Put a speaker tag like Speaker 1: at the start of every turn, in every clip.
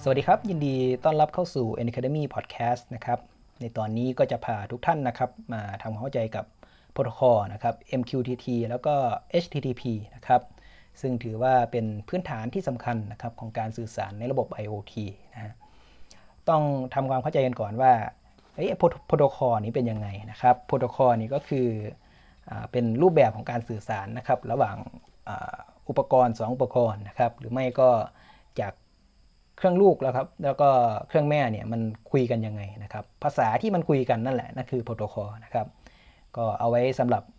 Speaker 1: วัสดีครับยินดีต้อนรับเข้าสู่ Academy Podcast นะครับในตอนนี้ก็จะพาทุกท่านนะครับมาทำความเข้าใจกับโปรโตคอลนะครับ MQTT แล้วก็ HTTP นะครับซึ่งถือว่าเป็นพื้นฐานที่สำคัญนะครับของการสื่อสารในระบบ IoT นะฮะต้องทำความเข้าใจกันก่อนว่าโปรโตคอลนี้เป็นยังไงนะครับโปรโตคอลนี้ก็คือเป็นรูปแบบของการสื่อสารนะครับระหว่างอุปกรณ์2อุปกรณ์นะครับหรือไม่ก็จากเครื่องลูกแล้วครับแล้วก็เครื่องแม่เนี่ยมันคุยกันยังไงนะครับภาษาที่มันคุยกันนั่นแหละนั่นคือโปรโตคอลนะครับก็เอาไว้สำหรับ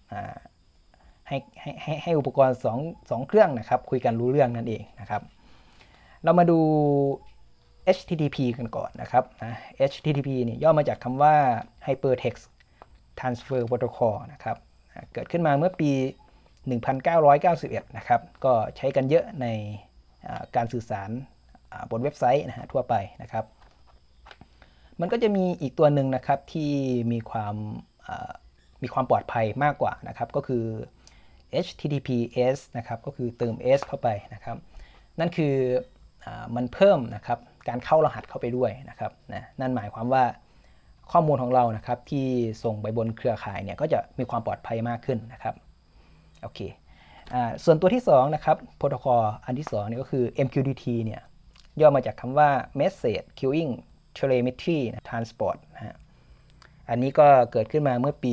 Speaker 1: ให้อุปกรณ์2เครื่องนะครับคุยกันรู้เรื่องนั่นเองนะครับเรามาดู HTTP กันก่อนนะครับHTTP เนี่ยย่อมาจากคำว่า Hypertext Transfer Protocol นะครับเกิดขึ้นมาเมื่อปี 1991 นะครับก็ใช้กันเยอะในการสื่อสารบนเว็บไซต์นะฮะทั่วไปนะครับมันก็จะมีอีกตัวหนึ่งนะครับที่มีความปลอดภัยมากกว่านะครับก็คือ HTTPS นะครับก็คือเติม S เข้าไปนะครับนั่นคือมันเพิ่มนะครับการเข้ารหัสเข้าไปด้วยนะครับนั่นหมายความว่าข้อมูลของเรานะครับที่ส่งไปบนเครือข่ายเนี่ยก็จะมีความปลอดภัยมากขึ้นนะครับโอเคส่วนตัวที่2นะครับโปรโตคอลอันที่2นี่ก็คือ MQTT เนี่ยย่อมาจากคำว่า Message Queuing Telemetry Transport นะฮะอันนี้ก็เกิดขึ้นมาเมื่อปี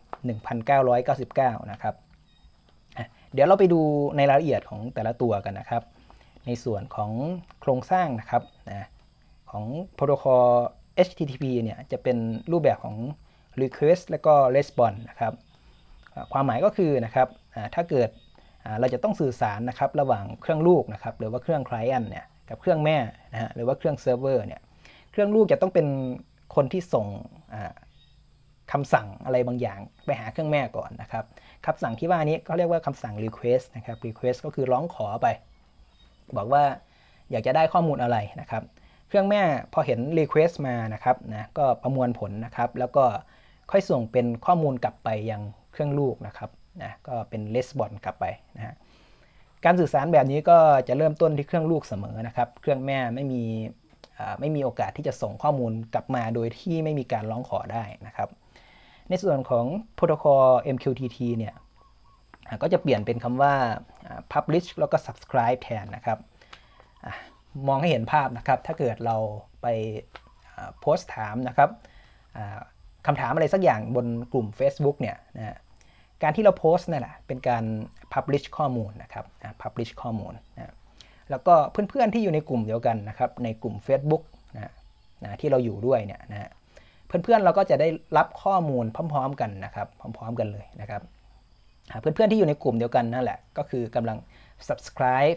Speaker 1: 1999 นะครับเดี๋ยวเราไปดูในรายละเอียดของแต่ละตัวกันนะครับในส่วนของโครงสร้างนะครับของโปรโตคอล HTTP เนี่ยจะเป็นรูปแบบของ Request และก็ Response นะครับความหมายก็คือนะครับถ้าเกิดเราจะต้องสื่อสารนะครับระหว่างเครื่องลูกนะครับหรือว่าเครื่อง Client เนี่ยกับเครื่องแม่นะฮะหรือว่าเครื่องเซิร์ฟเวอร์เนี่ยเครื่องลูกจะต้องเป็นคนที่ส่งคำสั่งอะไรบางอย่างไปหาเครื่องแม่ก่อนนะครับคำสั่งที่ว่านี้เขาเรียกว่าคำสั่ง request นะครับ request ก็คือร้องขอไปบอกว่าอยากจะได้ข้อมูลอะไรนะครับเครื่องแม่พอเห็น request มานะครับนะก็ประมวลผลนะครับแล้วก็ค่อยส่งเป็นข้อมูลกลับไปยังเครื่องลูกนะครับนะก็เป็น response กลับไปนะฮะการสื่อสารแบบนี้ก็จะเริ่มต้นที่เครื่องลูกเสมอนะครับเครื่องแม่ไม่มีโอกาสที่จะส่งข้อมูลกลับมาโดยที่ไม่มีการร้องขอได้นะครับในส่วนของโปรโตคอล MQTT เนี่ยก็จะเปลี่ยนเป็นคำว่า publish แล้วก็ subscribe แทนนะครับมองให้เห็นภาพนะครับถ้าเกิดเราไปโพสต์ถามนะครับคำถามอะไรสักอย่างบนกลุ่ม Facebook เนี่ยนะการที่เราโพสต์นั่นแหละเป็นการ publish ข้อมูลนะครับpublish ข้อมูลนะแล้วก็เพื่อนๆที่อยู่ในกลุ่มเดียวกันนะครับในกลุ่ม Facebook นะที่เราอยู่ด้วยเนี่ยนะเพื่อนๆเราก็จะได้รับข้อมูลพร้อมๆกันนะครับพร้อมๆกันเลยนะครับเพื่อนๆที่อยู่ในกลุ่มเดียวกันนั่นแหละก็คือกำลัง subscribe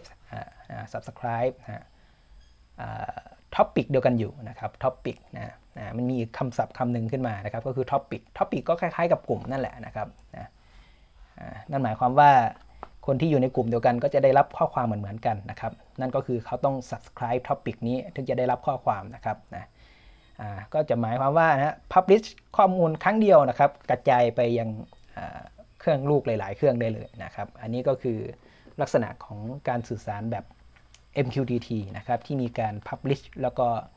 Speaker 1: topic เดียวกันอยู่นะครับ topic นะมันมีคำศัพท์คำหนึ่งขึ้นมานะครับก็คือ topic ก็คล้ายๆกับกลุ่มนั่นแหละนะครับนั่นหมายความว่าคนที่อยู่ในกลุ่มเดียวกันก็จะได้รับข้อความเหมือนกันนะครับนั่นก็คือเขาต้อง subscribe topic นี้ถึงจะได้รับข้อความนะครับก็จะหมายความว่าpublish ข้อมูลครั้งเดียวนะครับกระจายไปยังเครื่องลูกหลายๆเครื่องได้เลยนะครับอันนี้ก็คือลักษณะของการสื่อสารแบบ MQTT นะครับที่มีการ publish แล้วก็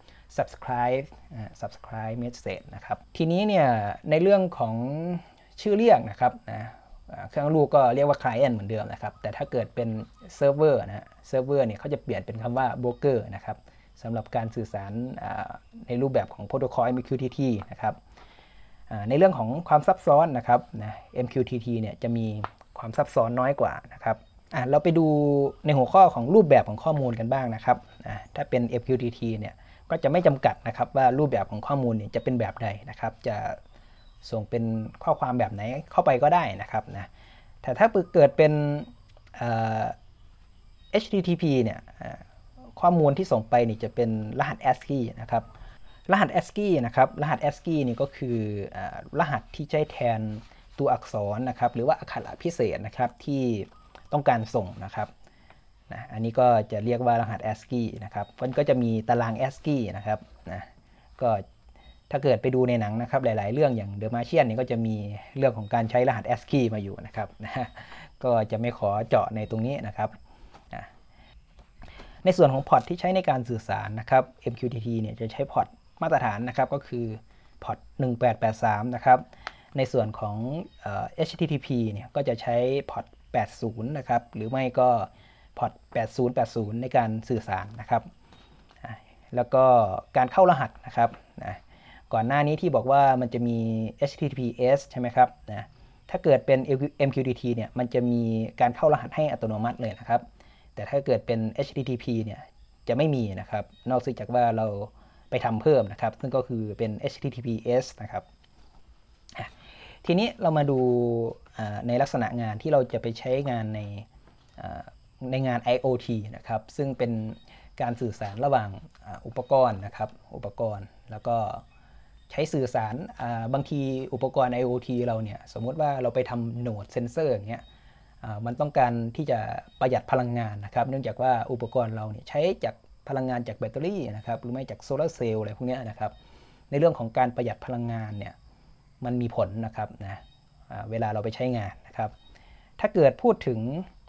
Speaker 1: subscribe message นะครับทีนี้เนี่ยในเรื่องของชื่อเรียกนะครับเครื่องลูกก็เรียกว่า client เหมือนเดิมนะครับแต่ถ้าเกิดเป็นเซิร์ฟเวอร์เซิร์ฟเวอร์เนี่ยเขาจะเปลี่ยนเป็นคำว่า broker นะครับสำหรับการสื่อสารในรูปแบบของโปรโตคอล MQTT นะครับในเรื่องของความซับซ้อนนะครับMQTT เนี่ยจะมีความซับซ้อนน้อยกว่านะครับเราไปดูในหัวข้อของรูปแบบของข้อมูลกันบ้างนะครับถ้าเป็น MQTT เนี่ยก็จะไม่จำกัดนะครับว่ารูปแบบของข้อมูลเนี่ยจะเป็นแบบใดนะครับจะส่งเป็นข้อความแบบไหนเข้าไปก็ได้นะครับแต่ถ้าเกิดเป็นHTTP เนี่ยข้อมูลที่ส่งไปนี่จะเป็นรหัส ASCII นะครับรหัส ASCII นะครับรหัส ASCII นี่ก็คือรหัสที่ใช้แทนตัวอักษรนะครับหรือว่าอักขระพิเศษนะครับที่ต้องการส่งนะครับอันนี้ก็จะเรียกว่ารหัส ASCII นะครับมันก็จะมีตาราง ASCII นะครับก็ถ้าเกิดไปดูในหนังนะครับหลายๆเรื่องอย่าง The Martian นี่ก็จะมีเรื่องของการใช้รหัส ASCII มาอยู่นะครับก็จะไม่ขอเจาะในตรงนี้นะครับในส่วนของพอร์ตที่ใช้ในการสื่อสารนะครับ MQTT เนี่ยจะใช้พอร์ตมาตรฐานนะครับก็คือพอร์ต1883นะครับในส่วนของHTTP เนี่ยก็จะใช้พอร์ต80นะครับหรือไม่ก็พอร์ต8080ในการสื่อสารนะครับแล้วก็การเข้ารหัสนะครับก่อนหน้านี้ที่บอกว่ามันจะมี HTTPS ใช่ไหมครับถ้าเกิดเป็น MQTT เนี่ยมันจะมีการเข้ารหัสให้อัตโนมัติเลยนะครับแต่ถ้าเกิดเป็น HTTP เนี่ยจะไม่มีนะครับนอกจากว่าเราไปทำเพิ่มนะครับซึ่งก็คือเป็น HTTPS นะครับทีนี้เรามาดูในลักษณะงานที่เราจะไปใช้งานในงาน IoT นะครับซึ่งเป็นการสื่อสารระหว่างอุปกรณ์นะครับอุปกรณ์แล้วก็ใช้สื่อสารบางทีอุปกรณ์ IoT เราเนี่ยสมมุติว่าเราไปทำโหนดเซนเซอร์อย่างเงี้ยมันต้องการที่จะประหยัดพลังงานนะครับเนื่องจากว่าอุปกรณ์เราเนี่ยใช้จากพลังงานจากแบตเตอรี่นะครับหรือไม่จากโซลาร์เซลล์อะไรพวกนี้นะครับในเรื่องของการประหยัดพลังงานเนี่ยมันมีผลนะครับเวลาเราไปใช้งานนะครับถ้าเกิดพูดถึง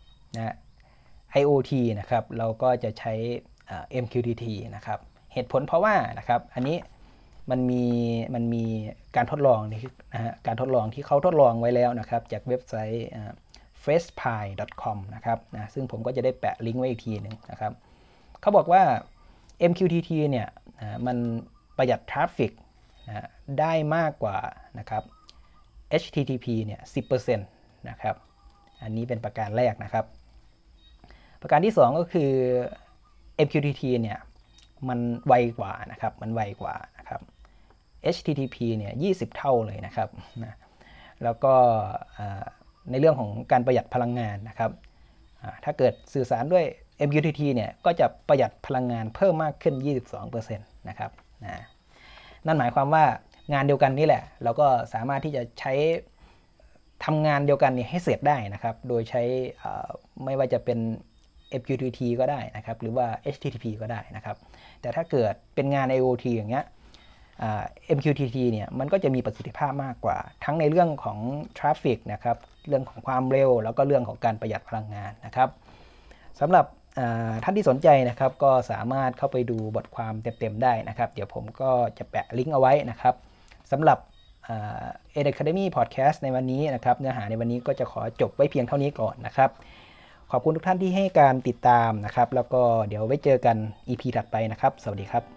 Speaker 1: IoT นะครับเราก็จะใช้MQTT นะครับเหตุผลเพราะว่านะครับอันนี้มันมีการทดลองการทดลองที่เขาทดลองไว้แล้วนะครับจากเว็บไซต์ freshpie.com นะครับซึ่งผมก็จะได้แปะลิงก์ไว้อีกทีหนึ่งนะครับเขาบอกว่า MQTT เนี่ยมันประหยัดทราฟฟิกได้มากกว่านะครับ HTTP เนี่ย 10% นะครับอันนี้เป็นประการแรกนะครับประการที่2ก็คือ MQTT เนี่ยมันไวกว่านะครับมันไวกว่านะครับ HTTP เนี่ย20 เท่าเลยนะครับแล้วก็ในเรื่องของการประหยัดพลังงานนะครับถ้าเกิดสื่อสารด้วย MQTT เนี่ยก็จะประหยัดพลังงานเพิ่มมากขึ้น 22% นะครับนั่นหมายความว่างานเดียวกันนี่แหละเราก็สามารถที่จะใช้ทำงานเดียวกันนี่ให้เสร็จได้นะครับโดยใช้ไม่ว่าจะเป็น MQTT ก็ได้นะครับหรือว่า HTTP ก็ได้นะครับแต่ถ้าเกิดเป็นงาน IoT อย่างเงี้ยMQTT เนี่ยมันก็จะมีประสิทธิภาพมากกว่าทั้งในเรื่องของทราฟฟิกนะครับเรื่องของความเร็วแล้วก็เรื่องของการประหยัดพลังงานนะครับสำหรับท่านที่สนใจนะครับก็สามารถเข้าไปดูบทความเต็มๆได้นะครับเดี๋ยวผมก็จะแปะลิงก์เอาไว้นะครับสำหรับEdacademy Podcast ในวันนี้นะครับเนื้อหาในวันนี้ก็จะขอจบไว้เพียงเท่านี้ก่อนนะครับขอบคุณทุกท่านที่ให้การติดตามนะครับแล้วก็เดี๋ยวไว้เจอกัน EP ถัดไปนะครับสวัสดีครับ